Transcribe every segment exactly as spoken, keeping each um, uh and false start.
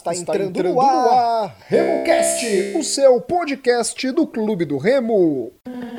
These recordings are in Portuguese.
Está, Está entrando, entrando no ar, ar RemoCast, o seu podcast do Clube do Remo.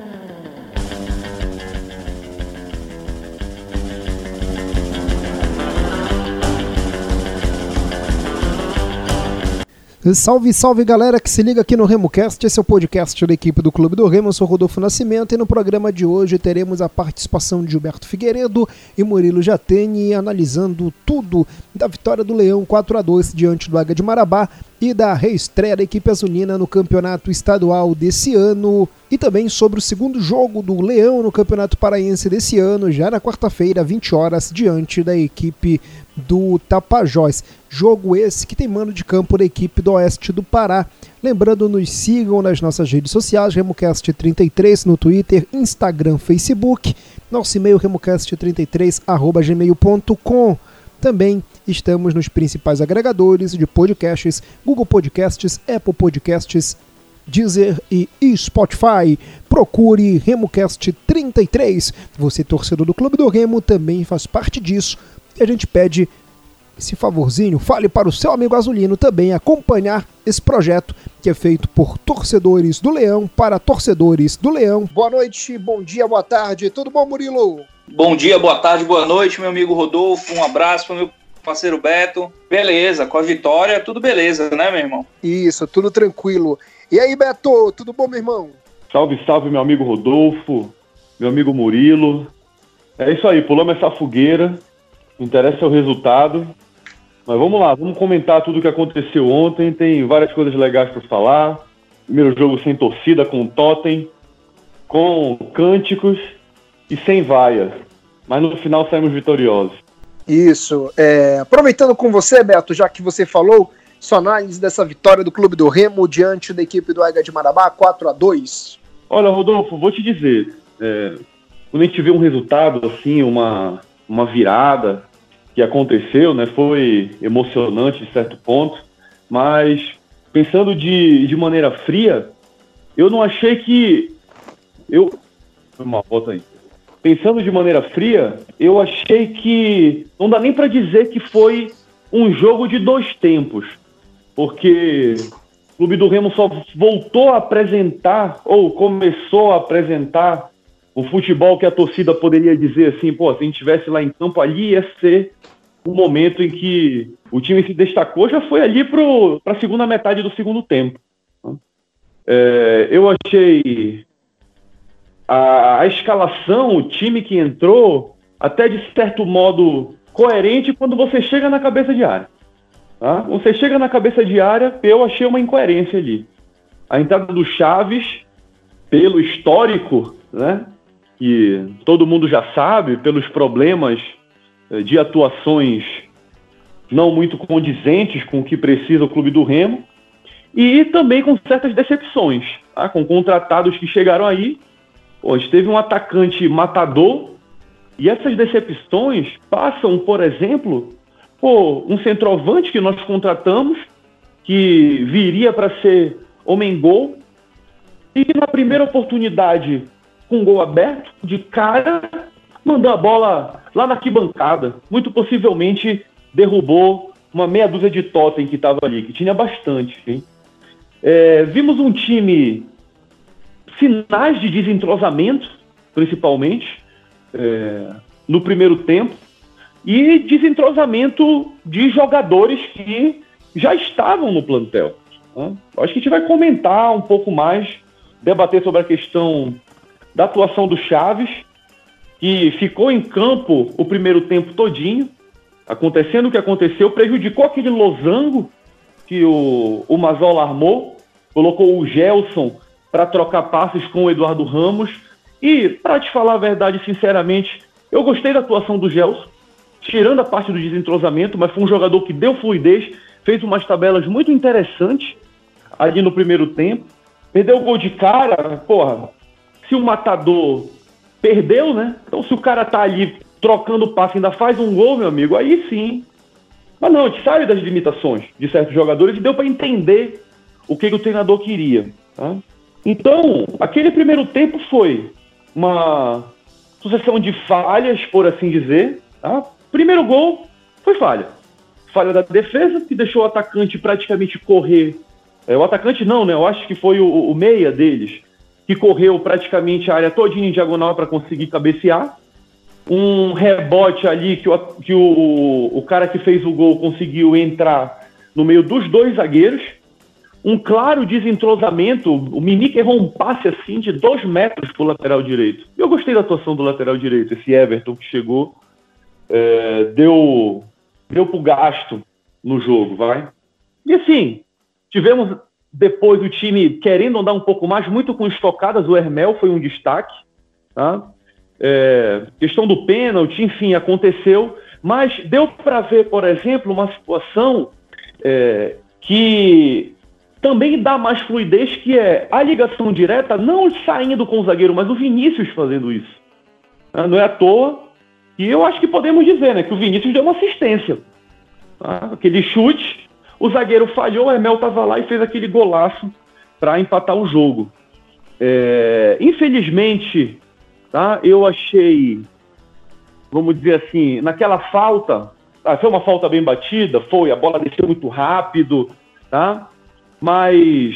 Salve, salve galera que se liga aqui no RemoCast, esse é o podcast da equipe do Clube do Remo, eu sou Rodolfo Nascimento e no programa de hoje teremos a participação de Gilberto Figueiredo e Murilo Jatene analisando tudo da vitória do Leão quatro a dois diante do Águia de Marabá e da reestreia da equipe azulina no campeonato estadual desse ano e também sobre o segundo jogo do Leão no campeonato paraense desse ano, já na quarta-feira, vinte horas, diante da equipe do Tapajós. Jogo esse que tem mando de campo da equipe do Oeste do Pará. Lembrando, nos sigam nas nossas redes sociais, RemoCast trinta e três no Twitter, Instagram, Facebook, nosso e-mail remocast trinta e três arroba gmail ponto com. Também estamos nos principais agregadores de podcasts, Google Podcasts, Apple Podcasts, Deezer e Spotify. Procure RemoCast trinta e três. Você, torcedor do Clube do Remo, também faz parte disso. E a gente pede esse favorzinho, fale para o seu amigo azulino também acompanhar esse projeto que é feito por torcedores do Leão para torcedores do Leão. Boa noite, bom dia, boa tarde, tudo bom, Murilo? Bom dia, boa tarde, boa noite, meu amigo Rodolfo, um abraço para o meu parceiro Beto. Beleza, com a vitória, tudo beleza, né, meu irmão? Isso, tudo tranquilo. E aí, Beto, tudo bom, meu irmão? Salve, salve, meu amigo Rodolfo, meu amigo Murilo. É isso aí, pulamos essa fogueira. O interesse é o resultado, mas vamos lá, vamos comentar tudo o que aconteceu ontem, tem várias coisas legais para falar. Primeiro jogo sem torcida, com totem, com cânticos e sem vaia, mas no final saímos vitoriosos. Isso, é, aproveitando com você, Beto, já que você falou, sua análise dessa vitória do Clube do Remo diante da equipe do Águia de Marabá, quatro a dois. Olha, Rodolfo, vou te dizer, é, quando a gente vê um resultado assim, uma, uma virada que aconteceu, né, foi emocionante de certo ponto, mas pensando de, de maneira fria, eu não achei que... eu uma volta aí. Pensando de maneira fria, eu achei que não dá nem para dizer que foi um jogo de dois tempos, porque o Clube do Remo só voltou a apresentar, ou começou a apresentar, o futebol que a torcida poderia dizer assim, pô, se a gente estivesse lá em campo, ali ia ser o momento em que o time se destacou, já foi ali para a segunda metade do segundo tempo. É, eu achei a, a escalação, o time que entrou, até de certo modo coerente quando você chega na cabeça de área. Tá? Você chega na cabeça de área, eu achei uma incoerência ali. A entrada do Chaves, pelo histórico, né, que todo mundo já sabe, pelos problemas de atuações não muito condizentes com o que precisa o Clube do Remo, e também com certas decepções, tá? Com contratados que chegaram aí. Pô, a gente teve um atacante matador, e essas decepções passam, por exemplo, por um centroavante que nós contratamos, que viria para ser homem-gol, e que na primeira oportunidade, com gol aberto, de cara, mandou a bola lá na arquibancada. Muito possivelmente derrubou uma meia dúzia de totem que estava ali, que tinha bastante. Hein? É, vimos um time, sinais de desentrosamento, principalmente, é, no primeiro tempo, e desentrosamento de jogadores que já estavam no plantel. Né? Acho que a gente vai comentar um pouco mais, debater sobre a questão da atuação do Chaves, que ficou em campo o primeiro tempo todinho, acontecendo o que aconteceu, prejudicou aquele losango que o, o Mazola armou, colocou o Gelson para trocar passes com o Eduardo Ramos, e, para te falar a verdade, sinceramente, eu gostei da atuação do Gelson, tirando a parte do desentrosamento, mas foi um jogador que deu fluidez, fez umas tabelas muito interessantes ali no primeiro tempo, perdeu o gol de cara, porra, se o matador perdeu, né? Então, se o cara tá ali trocando passe e ainda faz um gol, meu amigo, aí sim. Mas não, a gente sabe das limitações de certos jogadores e deu para entender o que, que o treinador queria. Tá? Então, aquele primeiro tempo foi uma sucessão de falhas, por assim dizer. Tá? Primeiro gol foi falha. falha da defesa, que deixou o atacante praticamente correr. É, o atacante não, né? Eu acho que foi o, o meia deles, que correu praticamente a área todinha em diagonal para conseguir cabecear. Um rebote ali que, o, que o, o cara que fez o gol conseguiu entrar no meio dos dois zagueiros. Um claro desentrosamento. O Minique errou um passe assim de dois metros pro lateral direito. Eu gostei da atuação do lateral direito, esse Everton que chegou, é, deu, deu pro gasto no jogo, vai. E assim, tivemos depois o time querendo andar um pouco mais, muito com estocadas. O Hermel foi um destaque, tá? É, questão do pênalti, enfim, aconteceu, mas deu para ver, por exemplo, uma situação é, que também dá mais fluidez, que é a ligação direta, não saindo com o zagueiro, mas o Vinícius fazendo isso. Não é à toa, e eu acho que podemos dizer, né, que o Vinícius deu uma assistência. Tá? Aquele chute, o zagueiro falhou, o Hermel estava lá e fez aquele golaço para empatar o jogo. É, infelizmente, tá, eu achei, vamos dizer assim, naquela falta, tá, foi uma falta bem batida, foi, a bola desceu muito rápido, tá? Mas,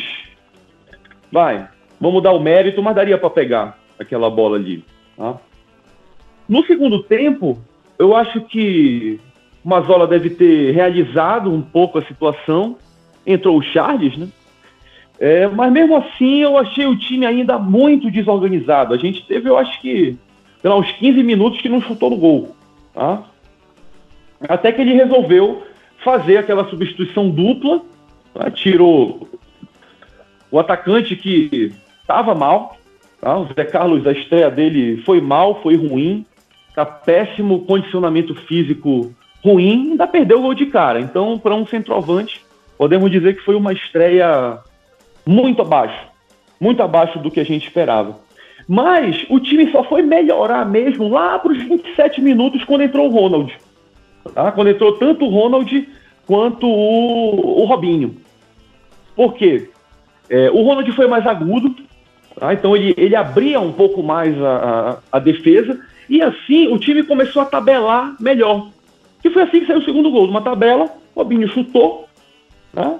vai, vamos dar o mérito, mas daria para pegar aquela bola ali, tá? No segundo tempo, eu acho que o Mazzola deve ter realizado um pouco a situação. Entrou o Charles, né? É, mas mesmo assim, eu achei o time ainda muito desorganizado. A gente teve, eu acho que, sei lá, uns quinze minutos que não chutou no gol, tá? Até que ele resolveu fazer aquela substituição dupla, tá? Tirou o atacante que estava mal, tá? O Zé Carlos, a estreia dele foi mal, foi ruim, tá péssimo, condicionamento físico ruim, ainda perdeu o gol de cara. Então, para um centroavante, podemos dizer que foi uma estreia muito abaixo, muito abaixo do que a gente esperava. Mas o time só foi melhorar mesmo lá para os vinte e sete minutos, quando entrou o Ronald. Tá? Quando entrou tanto o Ronald quanto o, o Robinho. Por quê? É, o Ronald foi mais agudo, tá? Então ele, ele abria um pouco mais a, a, a defesa, e assim o time começou a tabelar melhor. Que foi assim que saiu o segundo gol, numa tabela, o Robinho chutou, tá?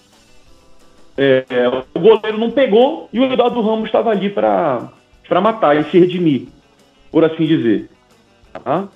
É, o goleiro não pegou e o Eduardo Ramos estava ali para matar e se redimir, por assim dizer. Tá?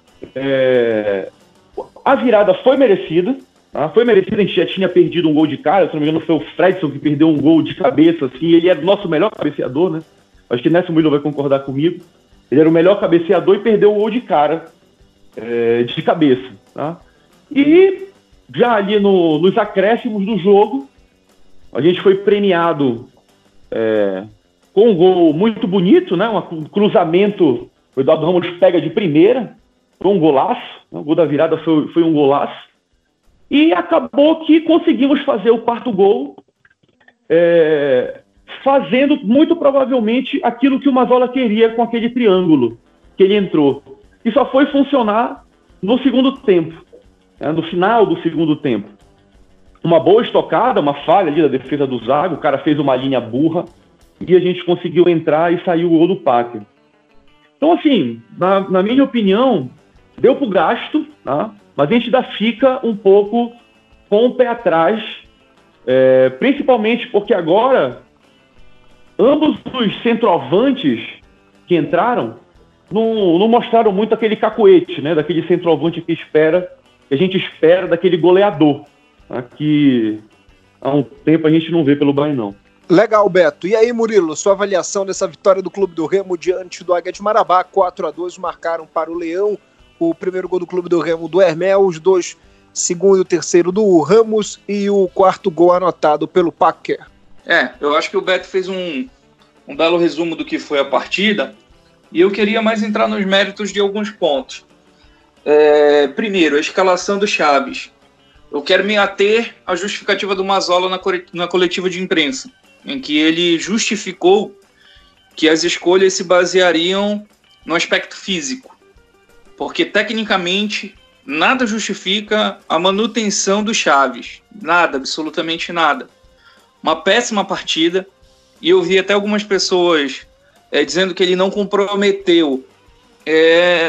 É, a virada foi merecida, tá? Foi merecida. A gente já tinha perdido um gol de cara, se não me engano foi o Fredson que perdeu um gol de cabeça, assim, ele era o nosso melhor cabeceador, né? Acho que Nelson Murilo vai concordar comigo. Ele era o melhor cabeceador e perdeu o gol de cara, é, de cabeça. Tá? E já ali no, nos acréscimos do jogo, a gente foi premiado é, com um gol muito bonito, né? Um cruzamento, o Eduardo Ramos pega de primeira, foi um golaço, né? O gol da virada foi, foi um golaço, e acabou que conseguimos fazer o quarto gol, é, fazendo muito provavelmente aquilo que o Mazzola queria com aquele triângulo que ele entrou, e só foi funcionar no segundo tempo, né? No final do segundo tempo. Uma boa estocada, uma falha ali da defesa do Zago, o cara fez uma linha burra e a gente conseguiu entrar e saiu o gol do Pátio. Então, assim, na, na minha opinião, deu pro gasto, tá? Mas a gente ainda fica um pouco com o pé atrás, é, principalmente porque agora ambos os centroavantes que entraram não, não mostraram muito aquele cacuete, né? Daquele centroavante que espera, que a gente espera daquele goleador, que há um tempo a gente não vê pelo Bahia, não. Legal, Beto. E aí, Murilo, sua avaliação dessa vitória do Clube do Remo diante do Águia de Marabá? quatro a dois marcaram para o Leão. O primeiro gol do Clube do Remo do Hermel, os dois, segundo e o terceiro do Ramos, e o quarto gol anotado pelo Paquer. É, eu acho que o Beto fez um, um belo resumo do que foi a partida, e eu queria mais entrar nos méritos de alguns pontos. É, primeiro, a escalação do Chaves. Eu quero me ater à justificativa do Mazzola na, na coletiva de imprensa, em que ele justificou que as escolhas se baseariam no aspecto físico, porque tecnicamente nada justifica a manutenção do Chaves, nada, absolutamente nada. Uma péssima partida, e eu vi até algumas pessoas é, dizendo que ele não comprometeu. É,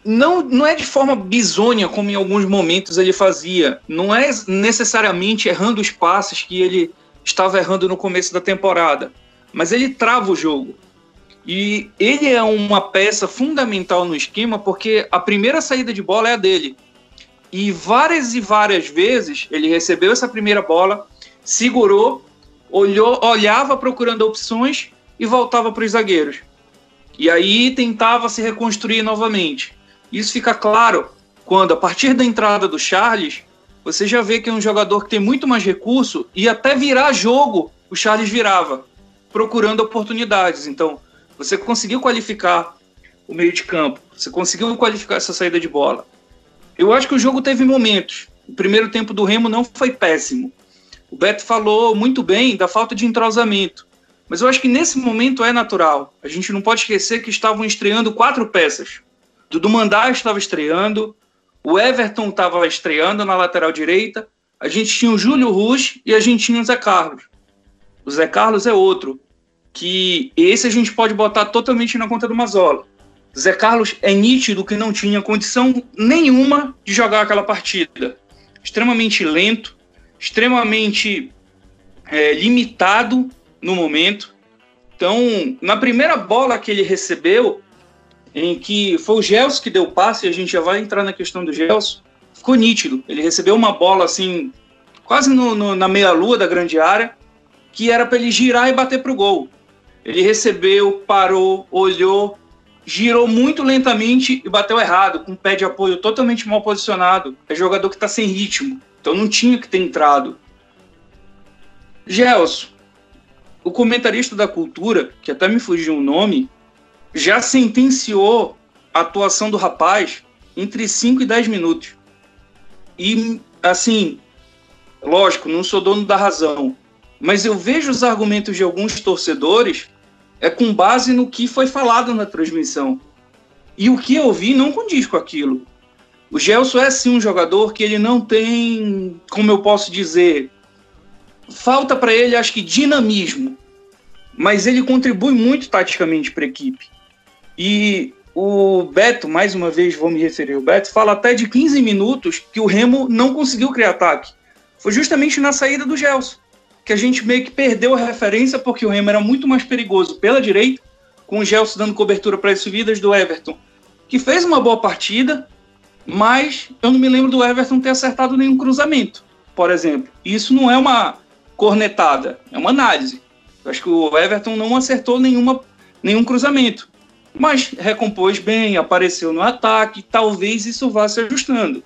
não, não é de forma bizonha, como em alguns momentos ele fazia. Não é necessariamente errando os passes que ele estava errando no começo da temporada, mas ele trava o jogo. E ele é uma peça fundamental no esquema, porque a primeira saída de bola é a dele. E várias e várias vezes ele recebeu essa primeira bola, segurou, olhou, olhava procurando opções e voltava para os zagueiros. E aí tentava se reconstruir novamente. Isso fica claro quando, a partir da entrada do Charles, você já vê que é um jogador que tem muito mais recurso e até virar jogo, o Charles virava, procurando oportunidades. Então, você conseguiu qualificar o meio de campo, você conseguiu qualificar essa saída de bola. Eu acho que o jogo teve momentos. O primeiro tempo do Remo não foi péssimo. O Beto falou muito bem da falta de entrosamento. Mas eu acho que nesse momento é natural. A gente não pode esquecer que estavam estreando quatro peças. Dudu Mandá estava estreando, o Everton estava estreando na lateral direita, a gente tinha o Júlio Rush e a gente tinha o Zé Carlos. O Zé Carlos é outro, que esse a gente pode botar totalmente na conta do Mazzola. O Zé Carlos é nítido que não tinha condição nenhuma de jogar aquela partida. Extremamente lento, extremamente é, limitado no momento. Então, na primeira bola que ele recebeu, em que foi o Gelson que deu o passe, e a gente já vai entrar na questão do Gelson, ficou nítido. Ele recebeu uma bola assim, quase no, no, na meia-lua da grande área, que era para ele girar e bater para o gol. Ele recebeu, parou, olhou, girou muito lentamente e bateu errado, com o pé de apoio totalmente mal posicionado. É jogador que está sem ritmo, então não tinha que ter entrado. Gelson, o comentarista da Cultura, que até me fugiu o nome, já sentenciou a atuação do rapaz entre cinco e dez minutos. E, assim, lógico, não sou dono da razão, mas eu vejo os argumentos de alguns torcedores é com base no que foi falado na transmissão. E o que eu vi não condiz com aquilo. O Gelson é, sim, um jogador que ele não tem, como eu posso dizer, falta para ele, acho que, dinamismo, mas ele contribui muito taticamente para a equipe. E o Beto, mais uma vez vou me referir ao Beto, fala até de quinze minutos que o Remo não conseguiu criar ataque. Foi justamente na saída do Gelson, que a gente meio que perdeu a referência, porque o Remo era muito mais perigoso pela direita, com o Gelson dando cobertura para as subidas do Everton, que fez uma boa partida, mas eu não me lembro do Everton ter acertado nenhum cruzamento, por exemplo. Isso não é uma cornetada, é uma análise. Eu acho que o Everton não acertou nenhuma, nenhum cruzamento, mas recompôs bem, apareceu no ataque, talvez isso vá se ajustando.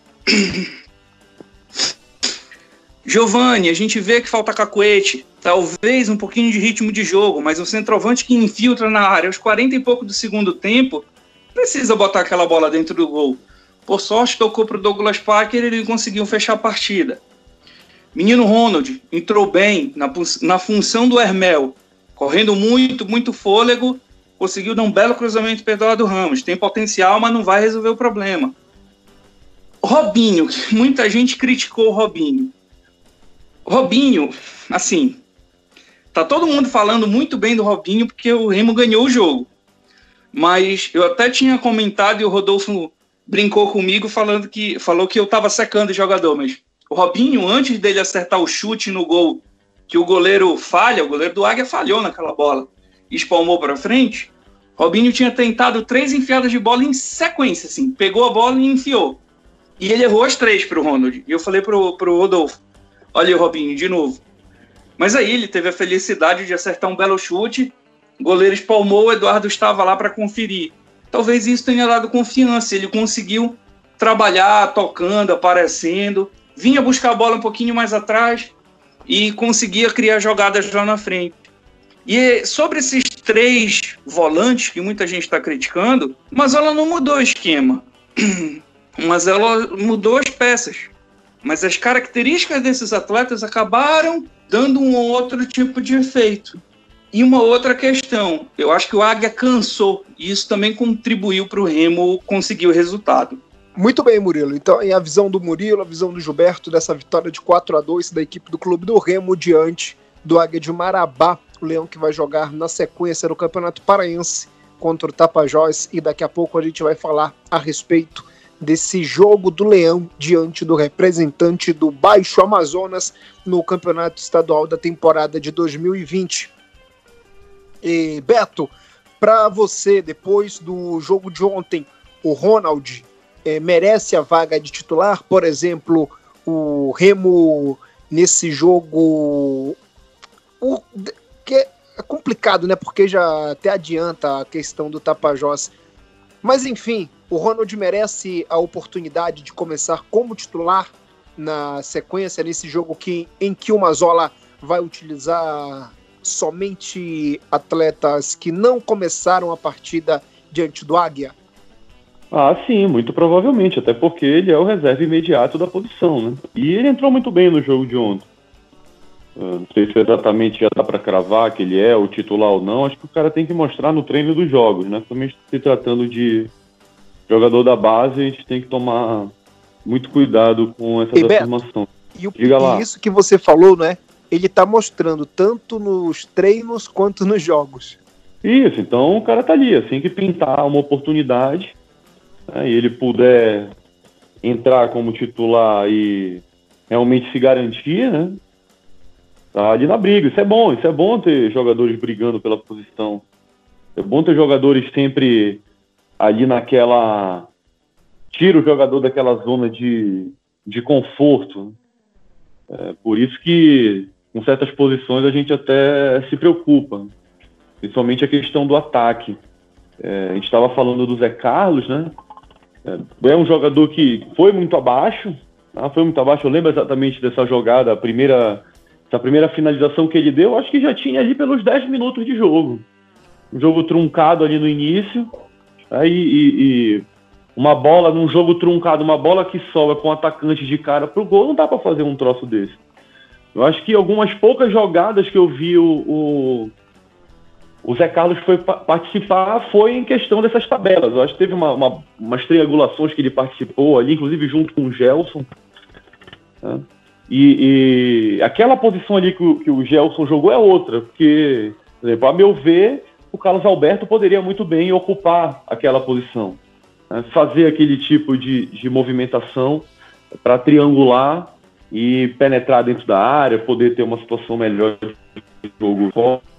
Giovani, a gente vê que falta cacuete, talvez um pouquinho de ritmo de jogo, mas um centroavante que infiltra na área aos quarenta e pouco do segundo tempo, precisa botar aquela bola dentro do gol. Por sorte, tocou para o Douglas Parker e ele conseguiu fechar a partida. Menino Ronald entrou bem na, na função do Hermel, correndo muito, muito fôlego, conseguiu dar um belo cruzamento para Eduardo Ramos. Tem potencial, mas não vai resolver o problema. Robinho, muita gente criticou o Robinho. Robinho, assim, tá todo mundo falando muito bem do Robinho porque o Remo ganhou o jogo. Mas eu até tinha comentado e o Rodolfo brincou comigo falando que, falou que eu tava secando o jogador, mas o Robinho, antes dele acertar o chute no gol, que o goleiro falha, o goleiro do Águia falhou naquela bola e espalmou para frente, Robinho tinha tentado três enfiadas de bola em sequência, assim, pegou a bola e enfiou. E ele errou as três pro Ronald. E eu falei pro, pro Rodolfo, olha aí o Robinho, de novo. Mas aí ele teve a felicidade de acertar um belo chute, o goleiro espalmou, o Eduardo estava lá para conferir. Talvez isso tenha dado confiança, ele conseguiu trabalhar, tocando, aparecendo, vinha buscar a bola um pouquinho mais atrás e conseguia criar jogadas lá na frente. E sobre esses três volantes que muita gente está criticando, mas ela não mudou o esquema, mas ela mudou as peças. Mas as características desses atletas acabaram dando um outro tipo de efeito. E uma outra questão, eu acho que o Águia cansou, e isso também contribuiu para o Remo conseguir o resultado. Muito bem, Murilo. Então, a visão do Murilo, a visão do Gilberto dessa vitória de quatro a dois da equipe do Clube do Remo diante do Águia de Marabá, o Leão que vai jogar na sequência do Campeonato Paraense contra o Tapajós, e daqui a pouco a gente vai falar a respeito desse jogo do Leão diante do representante do Baixo Amazonas no Campeonato Estadual da temporada de dois mil e vinte. E, Beto, para você, depois do jogo de ontem, o Ronald é, merece a vaga de titular? Por exemplo, o Remo nesse jogo, o, que é complicado, né? Porque já até adianta a questão do Tapajós. Mas enfim, o Ronald merece a oportunidade de começar como titular na sequência, nesse jogo que, em que o Mazola vai utilizar somente atletas que não começaram a partida diante do Águia? Ah, sim, muito provavelmente, até porque ele é o reserva imediato da posição, né? E ele entrou muito bem no jogo de ontem. Eu não sei se exatamente já dá para cravar que ele é o titular ou não, acho que o cara tem que mostrar no treino dos jogos, né? Também se tratando de jogador da base, a gente tem que tomar muito cuidado com essa transformação. E, o, e isso que você falou, né? Ele tá mostrando tanto nos treinos quanto nos jogos. Isso, então o cara tá ali, assim que pintar uma oportunidade, né, e ele puder entrar como titular e realmente se garantir, né? Tá ali na briga. Isso é bom, isso é bom ter jogadores brigando pela posição. É bom ter jogadores sempre ali naquela... Tira o jogador daquela zona de, de conforto. É por isso que com certas posições a gente até se preocupa, principalmente a questão do ataque. É, a gente estava falando do Zé Carlos, né? É, é um jogador que foi muito abaixo, tá? Foi muito abaixo. Eu lembro exatamente dessa jogada, a primeira, essa primeira finalização que ele deu, acho que já tinha ali pelos dez minutos de jogo. Um jogo truncado ali no início, aí, e, e uma bola num jogo truncado, uma bola que sobra com o atacante de cara pro gol, não dá para fazer um troço desse. Eu acho que algumas poucas jogadas que eu vi o, o, o Zé Carlos foi pa- participar foi em questão dessas tabelas. Eu acho que teve uma, uma, umas triangulações que ele participou ali, inclusive junto com o Gelson. Né? E, e aquela posição ali que o, que o Gelson jogou é outra, porque, por exemplo, a meu ver, o Carlos Alberto poderia muito bem ocupar aquela posição. Né? Fazer aquele tipo de, de movimentação para triangular e penetrar dentro da área, poder ter uma situação melhor de jogo.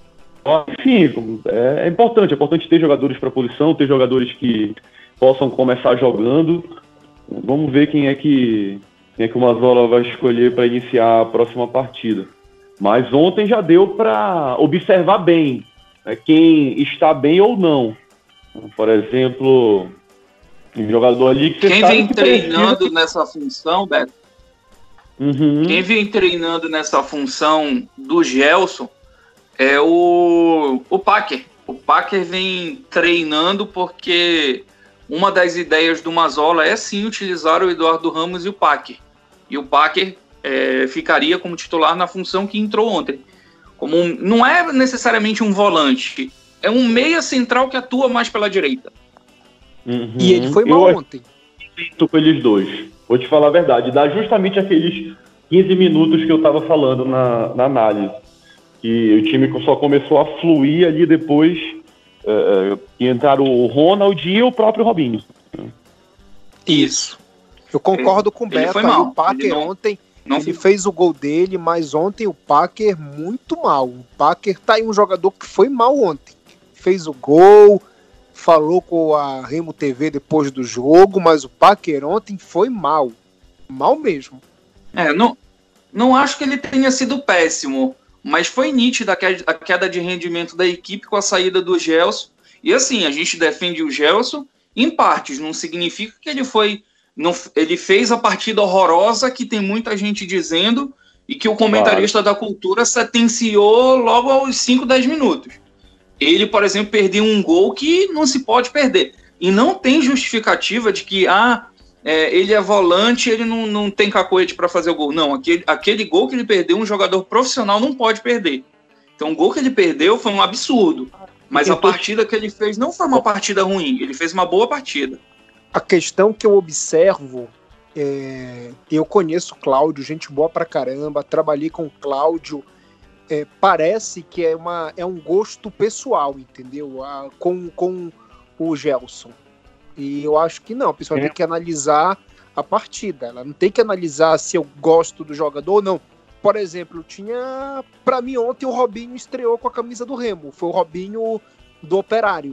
Enfim, é importante, é importante ter jogadores para a posição, ter jogadores que possam começar jogando. Vamos ver quem é que, quem é que o Mazola vai escolher para iniciar a próxima partida. Mas ontem já deu para observar bem, né, quem está bem ou não. Por exemplo, um jogador ali que você quem sabe vem que treinando precisa... nessa função, Beto, Uhum. Quem vem treinando nessa função do Gelson é o, o Packer. O Packer vem treinando porque uma das ideias do Mazola é sim utilizar o Eduardo Ramos e o Packer. E o Packer é, ficaria como titular na função que entrou ontem. Como um, não é necessariamente um volante, é um meia central que atua mais pela direita. Uhum. E ele foi mal Eu ontem. Estou com eles dois. Vou te falar a verdade, dá justamente aqueles quinze minutos que eu estava falando na, na análise. Que o time só começou a fluir ali depois é, que entraram o Ronald e o próprio Robinho. Isso. Eu concordo ele, com o Beto. Aí o Packer não, ontem, não ele foi... fez o gol dele, mas ontem o Packer muito mal. O Packer tá aí um jogador que foi mal ontem. Fez o gol, falou com a Remo T V depois do jogo, mas o Packer ontem foi mal. Mal mesmo. É, não, não acho que ele tenha sido péssimo, mas foi nítida a queda de rendimento da equipe com a saída do Gelson. E assim, a gente defende o Gelson em partes, não significa que ele foi... Não, ele fez a partida horrorosa que tem muita gente dizendo e que o comentarista claro. da cultura sentenciou logo aos cinco, dez minutos. Ele, por exemplo, perdeu um gol que não se pode perder. E não tem justificativa de que ah, é, ele é volante, ele não, não tem cacoete para fazer o gol. Não, aquele, aquele gol que ele perdeu, um jogador profissional não pode perder. Então o gol que ele perdeu foi um absurdo. Mas a partida que ele fez não foi uma partida ruim. Ele fez uma boa partida. A questão que eu observo, é, eu conheço o Cláudio, gente boa pra caramba, trabalhei com o Cláudio, é, parece que é, uma, é um gosto pessoal, entendeu? A, com, com o Gelson. E eu acho que não, a pessoa é. tem que analisar a partida. Ela não tem que analisar se eu gosto do jogador ou não. Por exemplo, tinha... Pra mim, ontem o Robinho estreou com a camisa do Remo. Foi o Robinho do Operário.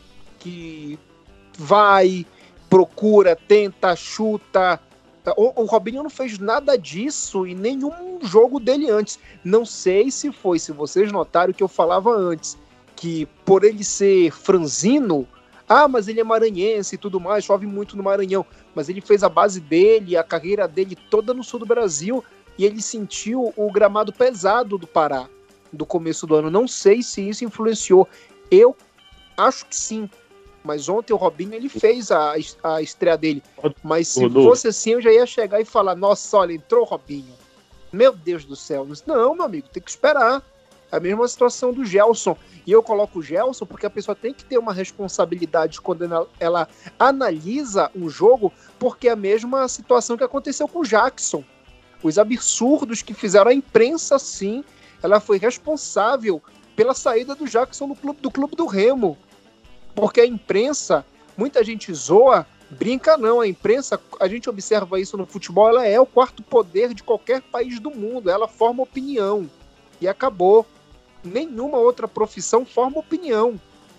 Que vai, procura, tenta, chuta. O, o Robinho não fez nada disso em nenhum jogo dele antes. Não sei se foi, se vocês notaram o que eu falava antes, que por ele ser franzino, ah, mas ele é maranhense e tudo mais, chove muito no Maranhão, mas ele fez a base dele, a carreira dele toda no sul do Brasil, e ele sentiu o gramado pesado do Pará, do começo do ano. Não sei se isso influenciou. Eu acho que sim. Mas ontem o Robinho, ele fez a, a estreia dele. Mas se Rodolfo. fosse assim, eu já ia chegar e falar, nossa, olha, entrou o Robinho. Meu Deus do céu. Não, meu amigo, tem que esperar. É a mesma situação do Gelson. E eu coloco o Gelson porque a pessoa tem que ter uma responsabilidade quando ela, ela analisa um jogo, porque é a mesma situação que aconteceu com o Jackson. Os absurdos que fizeram a imprensa, sim, ela foi responsável pela saída do Jackson do clube do, clube do Remo. Porque a imprensa, muita gente zoa, brinca não, a imprensa, a gente observa isso no futebol, ela é o quarto poder de qualquer país do mundo, ela forma opinião, e acabou. Nenhuma outra profissão forma opinião,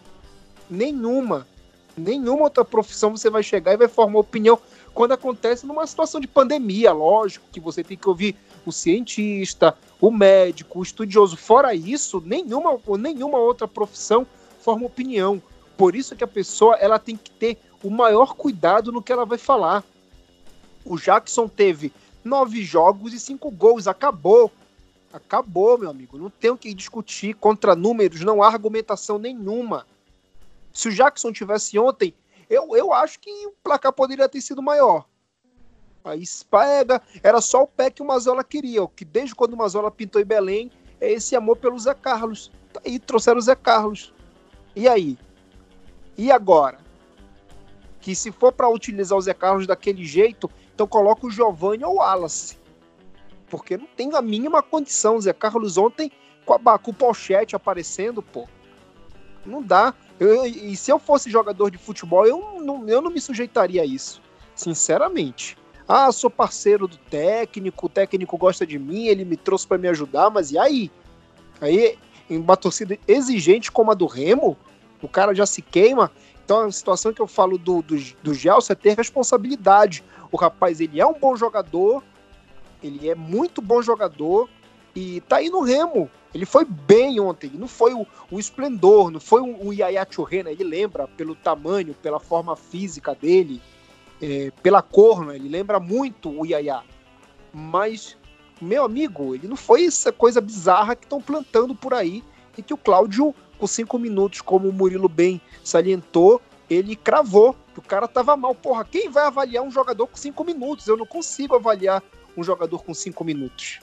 nenhuma, nenhuma outra profissão você vai chegar e vai formar opinião quando acontece numa situação de pandemia, lógico, que você tem que ouvir o cientista, o médico, o estudioso, fora isso, nenhuma, nenhuma outra profissão forma opinião. Por isso que a pessoa ela tem que ter o maior cuidado no que ela vai falar. O Jackson teve nove jogos e cinco gols. Acabou. Acabou, meu amigo. Não tem o que discutir contra números. Não há argumentação nenhuma. Se o Jackson tivesse ontem, eu, eu acho que o placar poderia ter sido maior. Aí pega. Era só o pé que o Mazzola queria. Que desde quando o Mazzola pintou em Belém, é esse amor pelo Zé Carlos. Aí trouxeram o Zé Carlos. E aí? E agora? Que se for para utilizar o Zé Carlos daquele jeito, então coloca o Giovani ou o Wallace. Porque não tem a mínima condição. O Zé Carlos ontem com, a, com o pochete aparecendo, pô. Não dá. Eu, e se eu fosse jogador de futebol, eu não, eu não me sujeitaria a isso. Sinceramente. Ah, sou parceiro do técnico, o técnico gosta de mim, ele me trouxe para me ajudar, mas e aí? Aí, em uma torcida exigente como a do Remo, o cara já se queima. Então a situação que eu falo do, do, do Gelson é ter responsabilidade. O rapaz, ele é um bom jogador, ele é muito bom jogador e tá aí no Remo. Ele foi bem ontem, não foi o, o esplendor, não foi um, um Yaya Churrena, ele lembra pelo tamanho, pela forma física dele, é, pela cor, né? Ele lembra muito o Yaya. Mas, meu amigo, ele não foi essa coisa bizarra que estão plantando por aí e que o Cláudio, com cinco minutos, como o Murilo bem salientou, ele cravou que o cara tava mal. Porra, quem vai avaliar um jogador com cinco minutos? Eu não consigo avaliar um jogador com cinco minutos.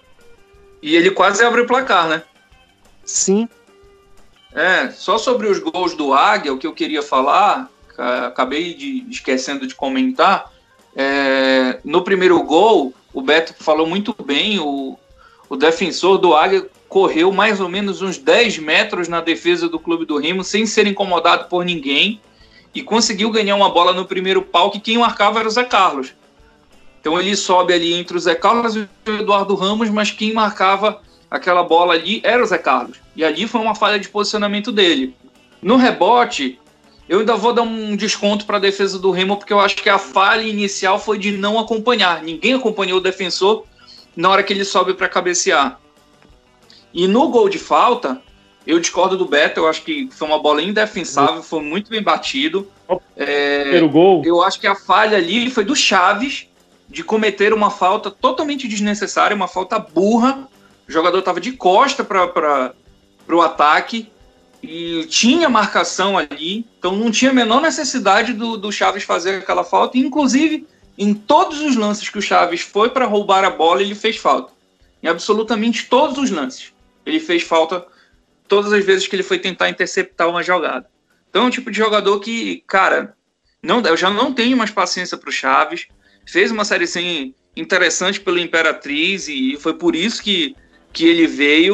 E ele quase abre o placar, né? Sim. É, só sobre os gols do Águia, o que eu queria falar, acabei de, esquecendo de comentar, é, no primeiro gol, o Beto falou muito bem, o, o defensor do Águia correu mais ou menos uns dez metros na defesa do Clube do Remo, sem ser incomodado por ninguém, e conseguiu ganhar uma bola no primeiro pau, que quem marcava era o Zé Carlos. Então ele sobe ali entre o Zé Carlos e o Eduardo Ramos, mas quem marcava aquela bola ali era o Zé Carlos. E ali foi uma falha de posicionamento dele. No rebote, eu ainda vou dar um desconto para a defesa do Remo, porque eu acho que a falha inicial foi de não acompanhar. Ninguém acompanhou o defensor na hora que ele sobe para cabecear. E no gol de falta, eu discordo do Beto, eu acho que foi uma bola indefensável, foi muito bem batido. É, gol. Eu acho que a falha ali foi do Chaves, de cometer uma falta totalmente desnecessária, uma falta burra. O jogador estava de costa para o ataque e tinha marcação ali, então não tinha a menor necessidade do, do Chaves fazer aquela falta. E, inclusive, em todos os lances que o Chaves foi para roubar a bola, ele fez falta. Em absolutamente todos os lances. Ele fez falta todas as vezes que ele foi tentar interceptar uma jogada. Então é um tipo de jogador que, cara, não, eu já não tenho mais paciência para o Chaves. Fez uma série C interessante pelo Imperatriz e foi por isso que, que ele veio,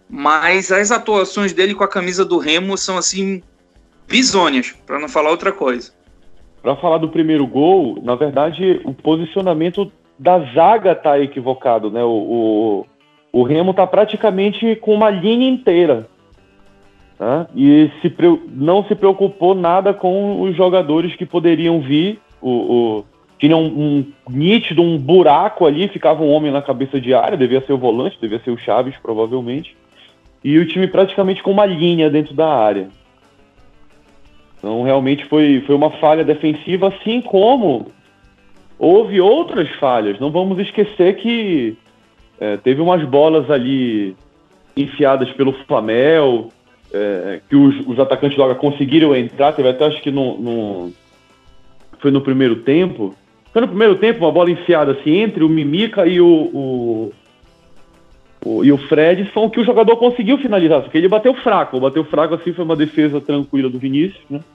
mas as atuações dele com a camisa do Remo são assim bizonhas, para não falar outra coisa. Para falar do primeiro gol, na verdade, o posicionamento da zaga tá equivocado, né? O, o, o Remo tá praticamente com uma linha inteira, né? E se, não se preocupou nada com os jogadores que poderiam vir. O, o, tinha um, um nítido, um buraco ali, ficava um homem na cabeça de área, devia ser o volante, devia ser o Chaves, provavelmente. E o time praticamente com uma linha dentro da área. Então, realmente foi, foi uma falha defensiva, assim como houve outras falhas. Não vamos esquecer que é, teve umas bolas ali enfiadas pelo Flamel, é, que os, os atacantes logo conseguiram entrar. Teve até, acho que no, no, foi no primeiro tempo. Foi no primeiro tempo, uma bola enfiada assim, entre o Mimica e o, o, o, e o Fredson, que o jogador conseguiu finalizar, porque ele bateu fraco. Bateu fraco assim, foi uma defesa tranquila do Vinícius, né?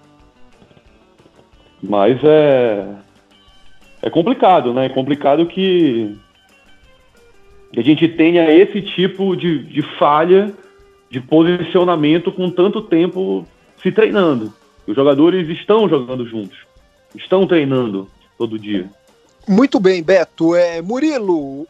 Mas é, é complicado, né? É complicado que, que a gente tenha esse tipo de, de falha de posicionamento com tanto tempo se treinando. Os jogadores estão jogando juntos, estão treinando todo dia. Muito bem, Beto. É, Murilo,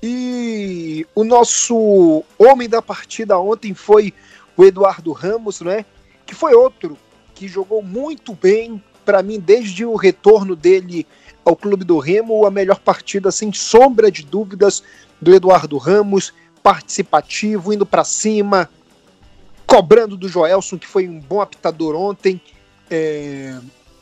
e o nosso homem da partida ontem foi o Eduardo Ramos, né? Que foi outro que jogou muito bem. Para mim, desde o retorno dele ao Clube do Remo, a melhor partida, sem sombra de dúvidas, do Eduardo Ramos, participativo, indo para cima, cobrando do Joelson, que foi um bom apitador ontem. É...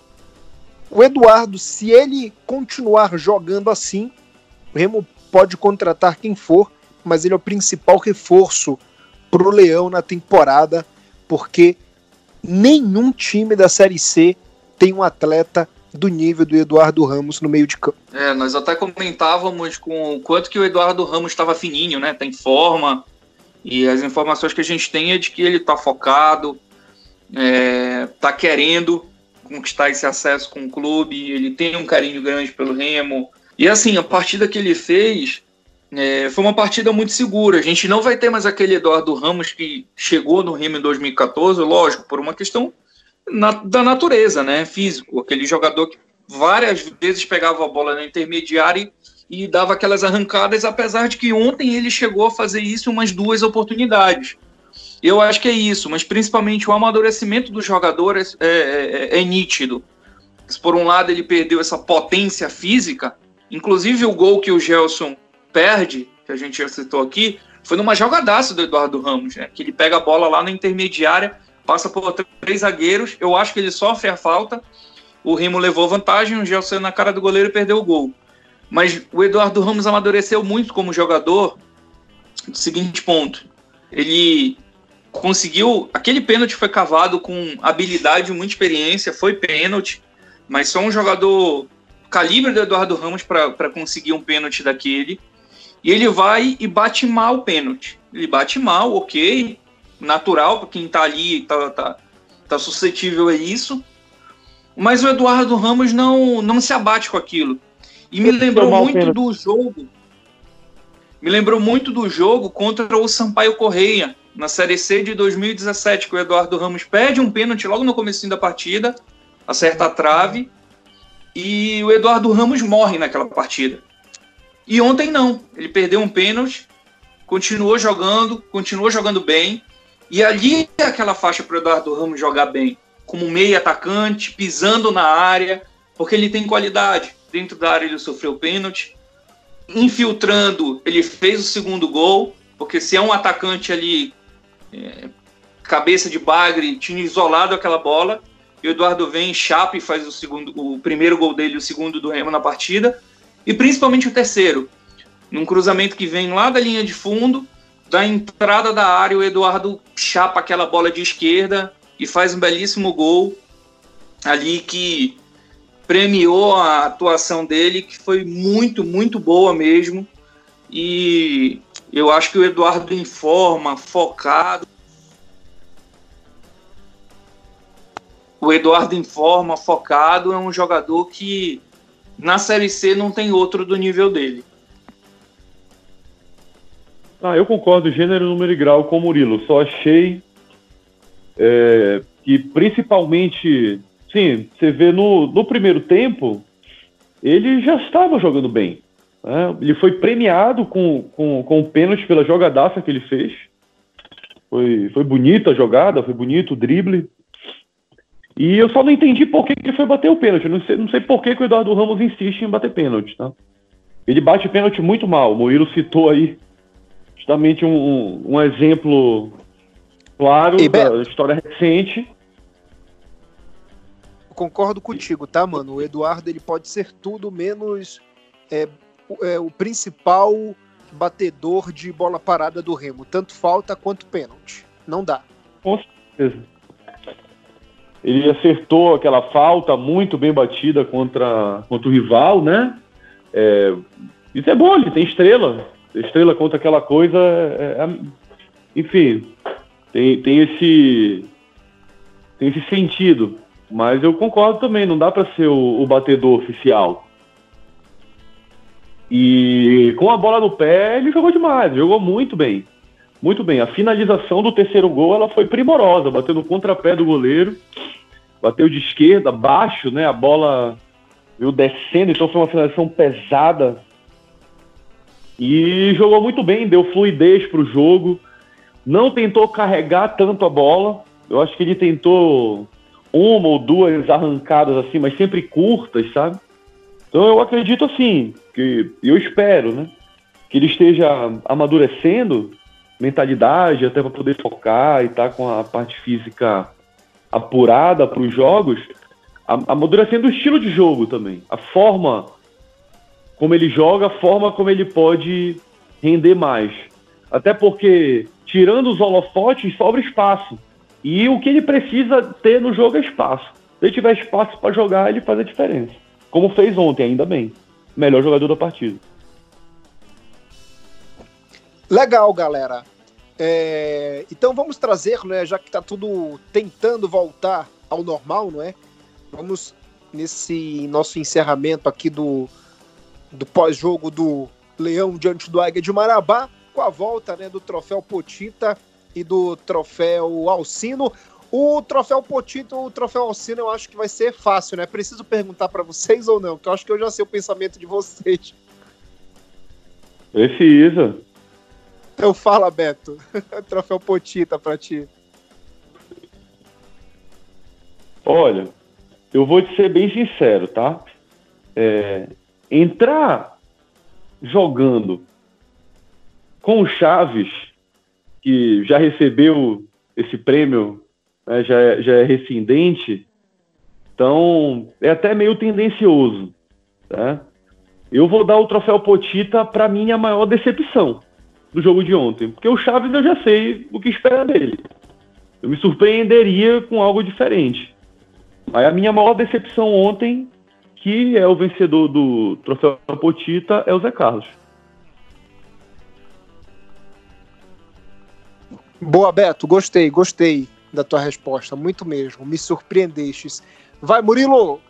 O Eduardo, se ele continuar jogando assim, o Remo pode contratar quem for, mas ele é o principal reforço para o Leão na temporada, porque nenhum time da Série C tem um atleta do nível do Eduardo Ramos no meio de campo. É, nós até comentávamos com o quanto que o Eduardo Ramos estava fininho, né? Tá em forma, e as informações que a gente tem é de que ele tá focado, é, tá querendo conquistar esse acesso com o clube, ele tem um carinho grande pelo Remo. E assim, a partida que ele fez é, foi uma partida muito segura. A gente não vai ter mais aquele Eduardo Ramos que chegou no Remo em dois mil e catorze, lógico, por uma questão Na, da natureza, né, físico, aquele jogador que várias vezes pegava a bola na intermediária e, e dava aquelas arrancadas, apesar de que ontem ele chegou a fazer isso em umas duas oportunidades. Eu acho que é isso, mas principalmente o amadurecimento do jogador é, é, é nítido. Se por um lado ele perdeu essa potência física, inclusive o gol que o Gelson perde, que a gente já citou aqui, foi numa jogadaça do Eduardo Ramos, né, que ele pega a bola lá na intermediária, passa por três zagueiros, eu acho que ele sofre a falta, o Remo levou vantagem, o Gelson na cara do goleiro e perdeu o gol. Mas o Eduardo Ramos amadureceu muito como jogador, do seguinte ponto, ele conseguiu, aquele pênalti foi cavado com habilidade e muita experiência, foi pênalti, mas só um jogador calibre do Eduardo Ramos para conseguir um pênalti daquele, e ele vai e bate mal o pênalti, ele bate mal, ok, natural, para quem está ali está tá, tá suscetível a isso, mas o Eduardo Ramos não, não se abate com aquilo. E me lembrou muito do jogo, me lembrou muito do jogo contra o Sampaio Correia, na Série C de dois mil e dezessete, que o Eduardo Ramos perde um pênalti logo no comecinho da partida, acerta a trave, e o Eduardo Ramos morre naquela partida. E ontem não, ele perdeu um pênalti, continuou jogando, continuou jogando bem, e ali é aquela faixa para o Eduardo Ramos jogar bem, como meio atacante, pisando na área, porque ele tem qualidade. Dentro da área ele sofreu pênalti, infiltrando, ele fez o segundo gol, porque se é um atacante ali, é, cabeça de bagre, tinha isolado aquela bola, e o Eduardo vem, chapa e faz o, segundo, o primeiro gol dele, o segundo do Remo na partida, e principalmente o terceiro, num cruzamento que vem lá da linha de fundo, da entrada da área, o Eduardo chapa aquela bola de esquerda e faz um belíssimo gol ali que premiou a atuação dele, que foi muito, muito boa mesmo. E eu acho que o Eduardo em forma, focado. O Eduardo em forma, focado, é um jogador que na Série C não tem outro do nível dele. Ah, eu concordo, gênero, número e grau com o Murilo. Só achei é, que principalmente, sim, você vê no, no primeiro tempo, ele já estava jogando bem. Né? Ele foi premiado com, com, com o pênalti pela jogadaça que ele fez. Foi, foi bonita a jogada, foi bonito o drible. E eu só não entendi por que ele foi bater o pênalti. Eu não sei, não sei por que, que o Eduardo Ramos insiste em bater pênalti. Tá? Ele bate pênalti muito mal. O Murilo citou aí justamente um, um, um exemplo claro E, da Beto, história recente. concordo contigo, tá, mano? O Eduardo ele pode ser tudo menos é, o, é, o principal batedor de bola parada do Remo. Tanto falta quanto pênalti. Não dá. Com certeza. Ele acertou aquela falta muito bem batida contra, contra o rival, né? É, isso é bom, ele tem estrela. Estrela contra aquela coisa. É, é, enfim, tem, tem, esse, tem esse sentido. Mas eu concordo também, não dá para ser o, o batedor oficial. E com a bola no pé, ele jogou demais, jogou muito bem. Muito bem. A finalização do terceiro gol ela foi primorosa, bateu no contrapé do goleiro, bateu de esquerda, baixo, né? A bola veio descendo, então foi uma finalização pesada. E jogou muito bem, deu fluidez para o jogo. Não tentou carregar tanto a bola. Eu acho que ele tentou uma ou duas arrancadas assim, mas sempre curtas, sabe? Então eu acredito assim, que eu espero, né? Que ele esteja amadurecendo mentalidade, até para poder focar e estar tá com a parte física apurada para os jogos, amadurecendo o estilo de jogo também. A forma como ele joga, a forma como ele pode render mais. Até porque, tirando os holofotes, sobra espaço. E o que ele precisa ter no jogo é espaço. Se ele tiver espaço para jogar, ele faz a diferença. Como fez ontem, ainda bem. Melhor jogador da partida. Legal, galera. É, então vamos trazer, né, já que está tudo tentando voltar ao normal, não é? Vamos nesse nosso encerramento aqui do, do pós-jogo do Leão diante do Águia de Marabá, com a volta, né, do troféu Potita e do troféu Alcino. O troféu Potita e o troféu Alcino eu acho que vai ser fácil, né? Preciso perguntar para vocês ou não, porque eu acho que eu já sei o pensamento de vocês. Precisa. Então fala, Beto. Troféu Potita para ti. Olha, eu vou te ser bem sincero, tá? É, entrar jogando com o Chaves, que já recebeu esse prêmio, né, já, é, já é rescindente, então é até meio tendencioso, tá? Eu vou dar o troféu Potita para minha maior decepção do jogo de ontem, porque o Chaves eu já sei o que espera dele. Eu me surpreenderia com algo diferente. Mas a minha maior decepção ontem, que é o vencedor do troféu Potita, é o Zé Carlos. Boa, Beto. Gostei, gostei da tua resposta. Muito mesmo. Me surpreendestes. Vai, Murilo!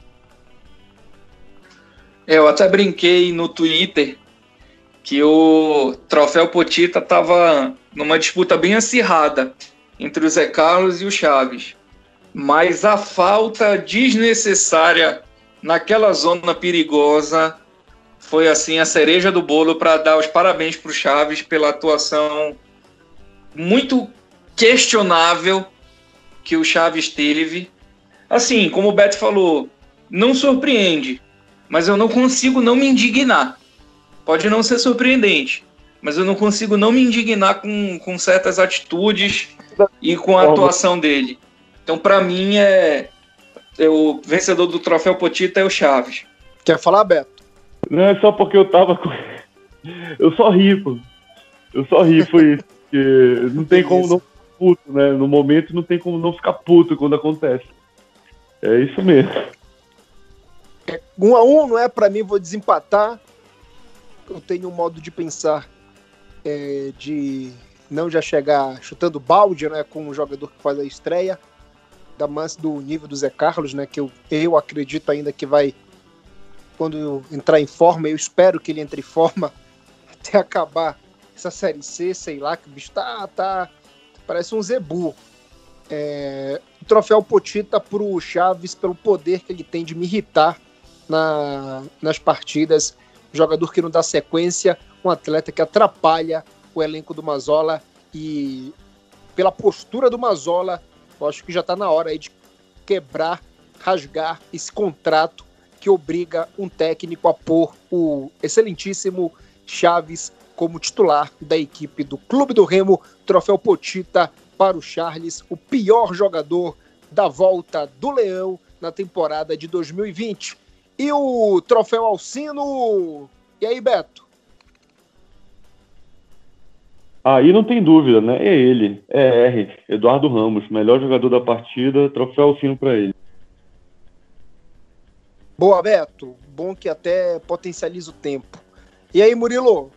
Eu até brinquei no Twitter que o troféu Potita estava numa disputa bem acirrada entre o Zé Carlos e o Chaves. Mas a falta desnecessária naquela zona perigosa foi assim a cereja do bolo para dar os parabéns para o Chaves pela atuação muito questionável que o Chaves teve. Assim, como o Beto falou, não surpreende, mas eu não consigo não me indignar. Pode não ser surpreendente, mas eu não consigo não me indignar com, com certas atitudes e com a atuação dele. Então, para mim, é, é o vencedor do troféu Potita é o Chaves. Quer falar, Beto? Não é só porque eu tava com... Eu só ri, pô. Eu só ri, foi isso. Porque não tem como não ficar puto, né? No momento não tem como não ficar puto quando acontece. É isso mesmo. É, um a um, não é? Para mim, vou desempatar. Eu tenho um modo de pensar é, de não já chegar chutando balde, né? Com o jogador que faz a estreia. Da mais do nível do Zé Carlos, né? Que eu, eu acredito ainda que vai, quando entrar em forma, eu espero que ele entre em forma até acabar essa Série C, sei lá, que o bicho tá, tá parece um zebu. É, o troféu Potita pro Chaves pelo poder que ele tem de me irritar na, nas partidas. Jogador que não dá sequência, um atleta que atrapalha o elenco do Mazzola, e pela postura do Mazzola, eu acho que já está na hora aí de quebrar, rasgar esse contrato que obriga um técnico a pôr o excelentíssimo Chaves como titular da equipe do Clube do Remo. Troféu Potita para o Charles, o pior jogador da volta do Leão na temporada de dois mil e vinte. E o troféu Alcino? E aí, Beto? Aí não tem dúvida, né? É ele, é R, Eduardo Ramos, melhor jogador da partida, troféu Alcino para ele. Boa, Beto. Bom que até potencializa o tempo. E aí, Murilo?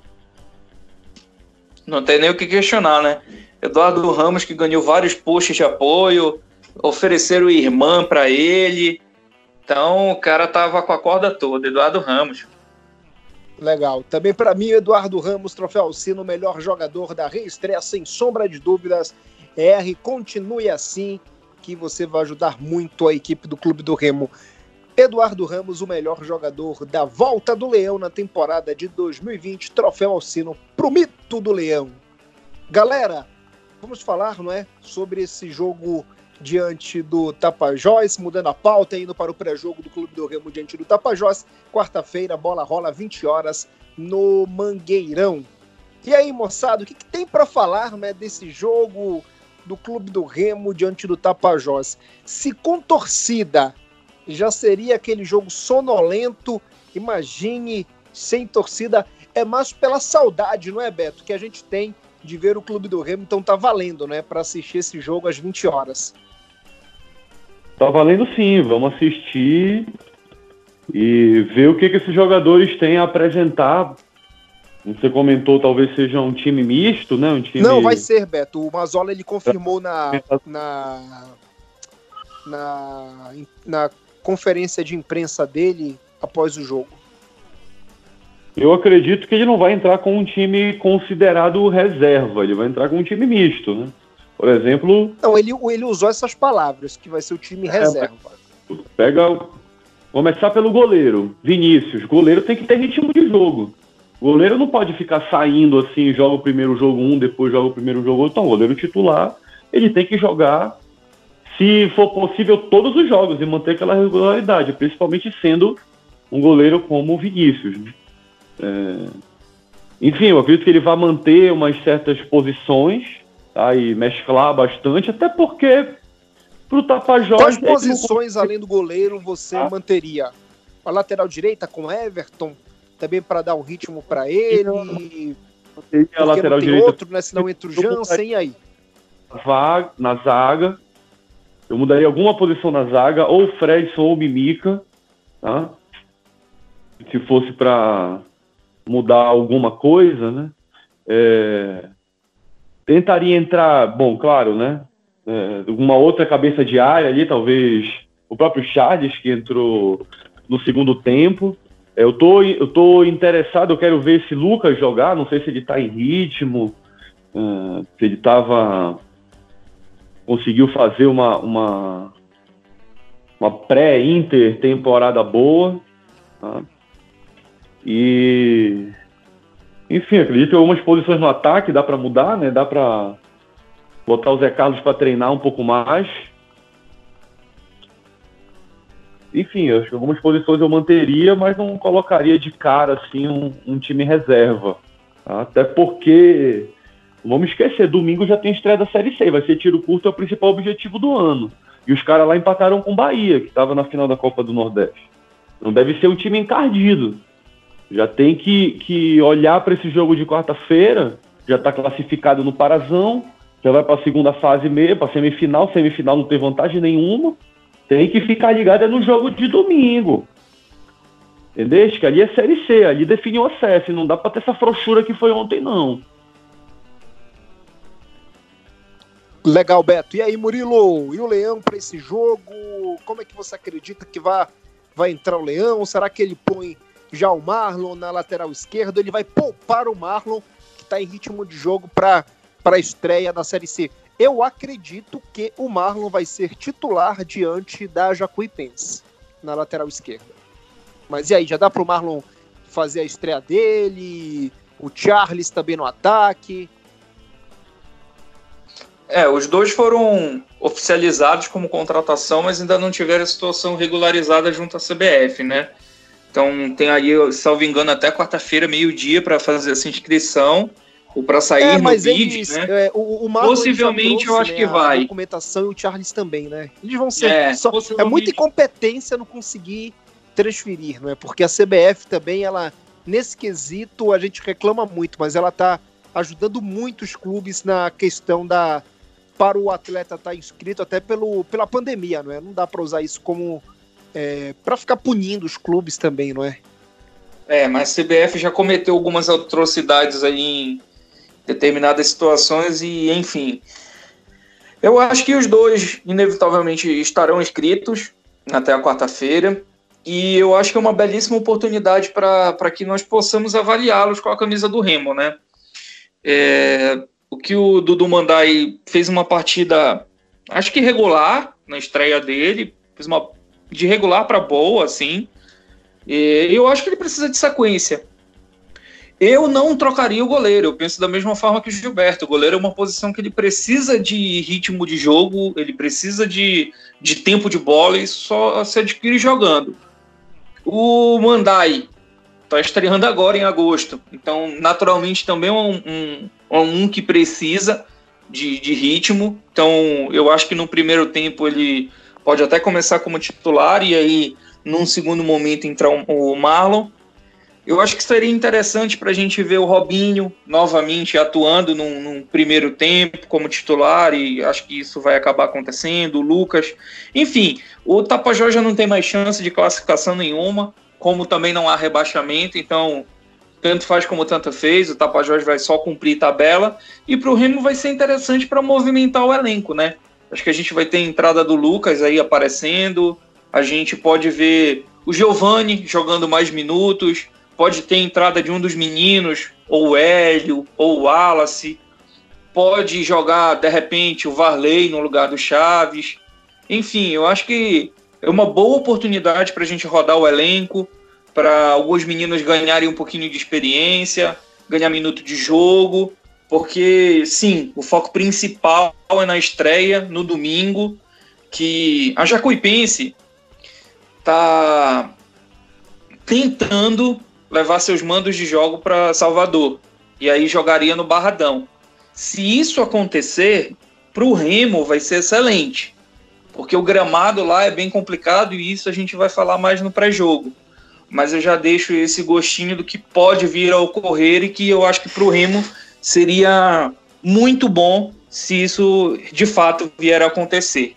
Não tem nem o que questionar, né? Eduardo Ramos, que ganhou vários posts de apoio, ofereceram irmã para ele. Então, o cara tava com a corda toda, Eduardo Ramos. Legal. Também para mim, Eduardo Ramos, troféu Alcino, melhor jogador da reestreia, sem sombra de dúvidas. R, continue assim, que você vai ajudar muito a equipe do Clube do Remo. Eduardo Ramos, o melhor jogador da volta do Leão na temporada de dois mil e vinte, troféu Alcino pro mito do Leão. Galera, vamos falar, não é, sobre esse jogo diante do Tapajós, mudando a pauta, indo para o pré-jogo do Clube do Remo diante do Tapajós. Quarta-feira, bola rola vinte horas no Mangueirão. E aí, moçada, o que, que tem para falar, né, desse jogo do Clube do Remo diante do Tapajós? Se com torcida já seria aquele jogo sonolento, imagine sem torcida. É mais pela saudade, não é, Beto, que a gente tem de ver o Clube do Remo. Então tá valendo, né, para assistir esse jogo às vinte horas. Tá valendo sim, vamos assistir e ver o que, que esses jogadores têm a apresentar. Você comentou, talvez seja um time misto, né? Um time... Não, vai ser, Beto. O Mazzola, ele confirmou na, na, na, na conferência de imprensa dele após o jogo. Eu acredito que ele não vai entrar com um time considerado reserva, ele vai entrar com um time misto, né? Por exemplo... Não, ele, ele usou essas palavras, que vai ser o time reserva. É, pega... Começar pelo goleiro, Vinícius. Goleiro tem que ter ritmo de jogo. O goleiro não pode ficar saindo assim, joga o primeiro jogo um, depois joga o primeiro jogo outro. Então, o goleiro titular, ele tem que jogar, se for possível, todos os jogos e manter aquela regularidade, principalmente sendo um goleiro como o Vinícius. É... Enfim, eu acredito que ele vai manter umas certas posições, tá, e mesclar bastante, até porque pro Tapajós... Quais posições, além do goleiro, você ah. manteria? A lateral direita com Everton, também para dar um ritmo para ele, porque a lateral não tem direita, outro, né? Senão entra o Jansen, e aí? Na zaga, eu mudaria alguma posição na zaga, ou o Fredson ou o Mimica, tá? Se fosse para mudar alguma coisa, né? É... Tentaria entrar, bom, claro, né? É, uma outra cabeça de área ali, talvez o próprio Charles, que entrou no segundo tempo. É, eu, tô, eu tô interessado, eu quero ver esse Lucas jogar, não sei se ele tá em ritmo, uh, se ele tava... conseguiu fazer uma, uma, uma pré-inter temporada boa, tá? E... Enfim, acredito que algumas posições no ataque dá para mudar, né? Dá para botar o Zé Carlos para treinar um pouco mais. Enfim, acho que algumas posições eu manteria, mas não colocaria de cara assim um, um time reserva. Tá? Até porque, não vamos esquecer, domingo já tem estreia da Série C, vai ser tiro curto, é o principal objetivo do ano. E os caras lá empataram com o Bahia, que estava na final da Copa do Nordeste. Não deve ser um time encardido. Já tem que, que olhar para esse jogo de quarta-feira, já está classificado no Parazão, já vai para a segunda fase mesmo, para a semifinal, semifinal não tem vantagem nenhuma, tem que ficar ligado é no jogo de domingo. Entendeu? Que ali é Série C, ali define o acesso, não dá para ter essa frouxura que foi ontem, não. Legal, Beto. E aí, Murilo, e o Leão para esse jogo? Como é que você acredita que vai, vai entrar o Leão? Será que ele põe já o Marlon na lateral esquerda? Ele vai poupar o Marlon, que tá em ritmo de jogo para a estreia da Série C. Eu acredito que o Marlon vai ser titular diante da Jacuipense, na lateral esquerda. Mas e aí, já dá pro Marlon fazer a estreia dele? O Charles também no ataque? É, os dois foram oficializados como contratação, mas ainda não tiveram a situação regularizada junto à C B F, né? Então tem aí, salvo engano, até quarta-feira, meio-dia, para fazer essa inscrição, ou para sair é, no mas bid, eles, né? É, o, o Marlon, possivelmente trouxe, eu acho né, que vai. A documentação e o Charles também, né? Eles vão ser. É, só, é muita incompetência não conseguir transferir, não é? Porque a C B F também, ela, nesse quesito, a gente reclama muito, mas ela tá ajudando muito os clubes na questão da. Para o atleta estar inscrito, até pelo, pela pandemia, não é? Não dá para usar isso como. É, para ficar punindo os clubes também, não é? É, mas a C B F já cometeu algumas atrocidades aí em determinadas situações e, enfim. Eu acho que os dois, inevitavelmente, estarão inscritos até a quarta-feira e eu acho que é uma belíssima oportunidade para que nós possamos avaliá-los com a camisa do Remo, né? É, o que o Dudu Mandai fez uma partida, acho que regular, na estreia dele, fez uma de regular para boa, assim. E eu acho que ele precisa de sequência. Eu não trocaria o goleiro, eu penso da mesma forma que o Gilberto. O goleiro é uma posição que ele precisa de ritmo de jogo, ele precisa de, de tempo de bola e só se adquire jogando. O Mandai está estreando agora em agosto, então naturalmente também é um, um, um que precisa de, de ritmo. Então eu acho que no primeiro tempo ele pode até começar como titular e aí num segundo momento entrar o Marlon. Eu acho que seria interessante para a gente ver o Robinho novamente atuando num, num primeiro tempo como titular, e acho que isso vai acabar acontecendo, o Lucas. Enfim, o Tapajós já não tem mais chance de classificação nenhuma, como também não há rebaixamento, então tanto faz como tanto fez, o Tapajós vai só cumprir tabela, e para o Remo vai ser interessante para movimentar o elenco, né? Acho que a gente vai ter a entrada do Lucas aí aparecendo, a gente pode ver o Giovani jogando mais minutos, pode ter entrada de um dos meninos, ou o Hélio, ou o Wallace, pode jogar, de repente, o Varley no lugar do Chaves. Enfim, eu acho que é uma boa oportunidade para a gente rodar o elenco, para alguns meninos ganharem um pouquinho de experiência, ganhar minuto de jogo, porque, sim, o foco principal é na estreia, no domingo, que a Jacuipense está tentando levar seus mandos de jogo para Salvador, e aí jogaria no Barradão. Se isso acontecer, para o Remo vai ser excelente, porque o gramado lá é bem complicado, e isso a gente vai falar mais no pré-jogo. Mas eu já deixo esse gostinho do que pode vir a ocorrer, e que eu acho que para o Remo seria muito bom se isso de fato vier a acontecer.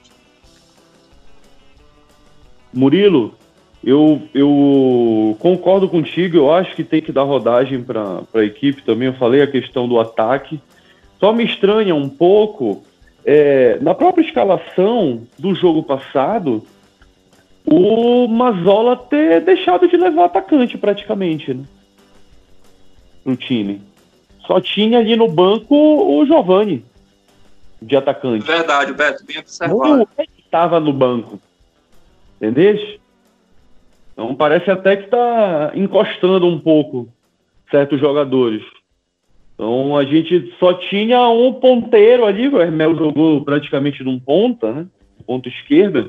Murilo, Eu, eu concordo contigo, eu acho que tem que dar rodagem para a equipe também. Eu falei a questão do ataque. Só me estranha um pouco, é, na própria escalação do jogo passado, o Mazzola ter deixado de levar atacante praticamente, né, pro time. Só tinha ali no banco o Giovani de atacante. Verdade, Beto, bem observado. Não, o Ed estava no banco, entendeu? Então parece até que está encostando um pouco certos jogadores. Então a gente só tinha um ponteiro ali, o Hermel jogou praticamente num ponta, né? Ponta esquerda.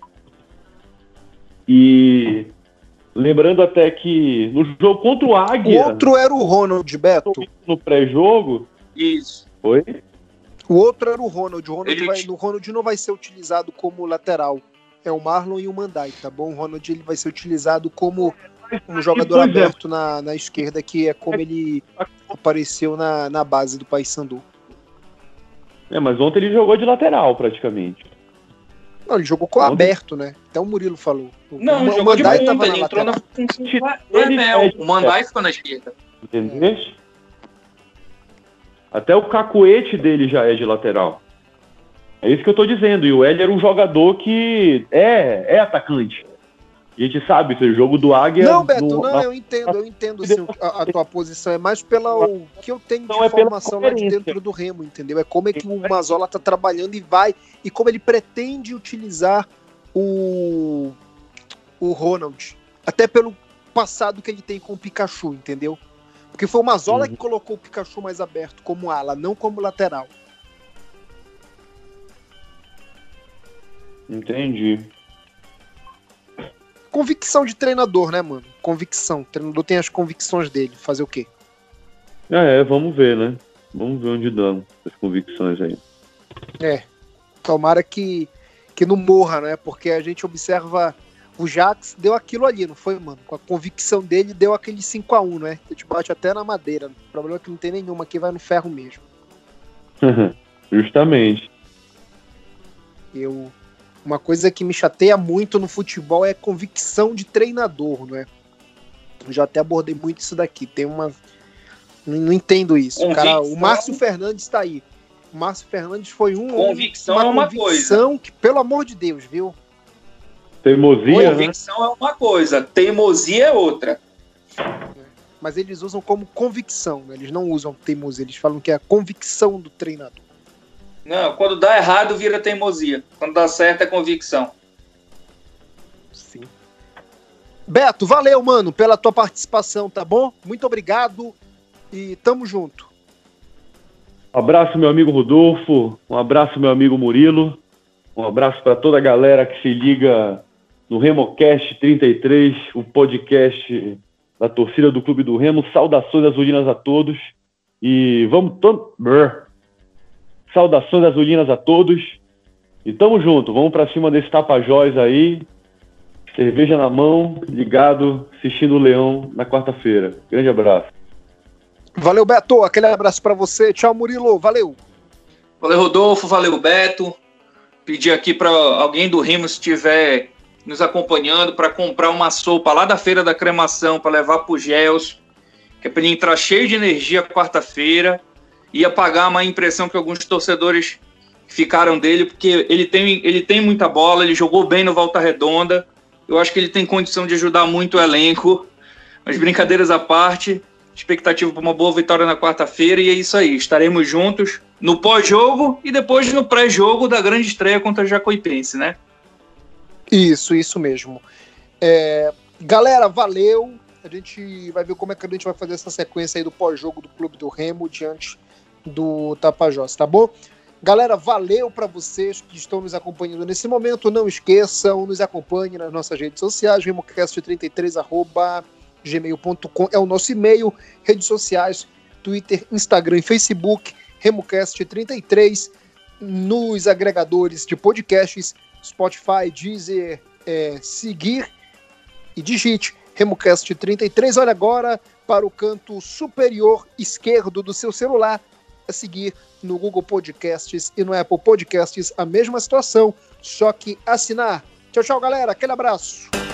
E lembrando até que no jogo contra o Águia... O outro era o Ronald, Beto. No pré-jogo... Isso. Foi? O outro era o Ronald. O Ronald, Ele... vai, o Ronald não vai ser utilizado como lateral. É o Marlon e o Mandai, tá bom? O Ronald ele vai ser utilizado como um jogador aberto na, na esquerda, que é como ele apareceu na, na base do Paysandu. É, mas ontem ele jogou de lateral, praticamente. Não, ele jogou com o aberto, né? Até o Murilo falou. Não, o, o o Mandai de tava ele na entrou lateral. na função do Hermel. O Mandai ficou na esquerda. Entendeu? Até o cacuete dele já é de lateral. É isso que eu tô dizendo. E o Hélio era um jogador que é, é atacante. A gente sabe, esse jogo do Águia... Não, Beto, no, não, na... eu entendo, eu entendo assim, a, a tua posição, é mais pela o que eu tenho de informação lá de dentro do Remo, entendeu? É como é que o Mazzola tá trabalhando e vai, e como ele pretende utilizar o, o Ronald, até pelo passado que ele tem com o Pikachu, entendeu? Porque foi o Mazzola uhum. que colocou o Pikachu mais aberto como ala, não como lateral. Entendi. Convicção de treinador, né, mano? Convicção. O treinador tem as convicções dele. Fazer o quê? É, vamos ver, né? Vamos ver onde dão as convicções aí. É. Tomara que, que não morra, né? Porque a gente observa... O Jax deu aquilo ali, não foi, mano? Com a convicção dele, deu aquele cinco a um, né? A gente bate até na madeira. O problema é que não tem nenhuma aqui, vai no ferro mesmo. Justamente. Eu... Uma coisa que me chateia muito no futebol é convicção de treinador, não é? Eu já até abordei muito isso daqui. Tem uma... Não, não entendo isso. O, cara, o Márcio Fernandes tá aí. O Márcio Fernandes foi um... Convicção uma é uma convicção coisa. Que, pelo amor de Deus, viu? Teimosia, Convicção né? é uma coisa. Teimosia é outra. Mas eles usam como convicção, né? Eles não usam teimosia. Eles falam que é a convicção do treinador. Não, quando dá errado vira teimosia. Quando dá certo é convicção. Sim. Beto, valeu, mano, pela tua participação, tá bom? Muito obrigado e tamo junto. Um abraço, meu amigo Rodolfo. Um abraço, meu amigo Murilo. Um abraço para toda a galera que se liga no RemoCast trinta e três, o podcast da torcida do Clube do Remo. Saudações azulinas a todos. E vamos... Tom... Saudações azulinas a todos. E tamo junto. Vamos pra cima desse Tapajós aí. Cerveja na mão, ligado, assistindo o Leão na quarta-feira. Grande abraço. Valeu, Beto. Aquele abraço pra você. Tchau, Murilo. Valeu. Valeu, Rodolfo. Valeu, Beto. Pedir aqui para alguém do Remo, se estiver nos acompanhando, para comprar uma sopa lá da Feira da Cremação, para levar pro Gels, que é para ele entrar cheio de energia quarta-feira. E apagar a má impressão que alguns torcedores ficaram dele, porque ele tem, ele tem muita bola, ele jogou bem no Volta Redonda, eu acho que ele tem condição de ajudar muito o elenco, mas brincadeiras à parte, expectativa para uma boa vitória na quarta-feira, e é isso aí, estaremos juntos no pós-jogo e depois no pré-jogo da grande estreia contra a Jacuipense, né? Isso, isso mesmo. É, galera, valeu, a gente vai ver como é que a gente vai fazer essa sequência aí do pós-jogo do Clube do Remo diante do Tapajós, tá bom? Galera, valeu para vocês que estão nos acompanhando nesse momento. Não esqueçam, nos acompanhem nas nossas redes sociais, remocast trinta e três arroba gmail ponto com é o nosso e-mail, redes sociais, Twitter, Instagram e Facebook, remocast trinta e três, nos agregadores de podcasts, Spotify, Deezer, é, seguir e digite remocast trinta e três. Olha agora para o canto superior esquerdo do seu celular, a seguir no Google Podcasts e no Apple Podcasts, a mesma situação, só que assinar. Tchau, tchau, galera. Aquele abraço.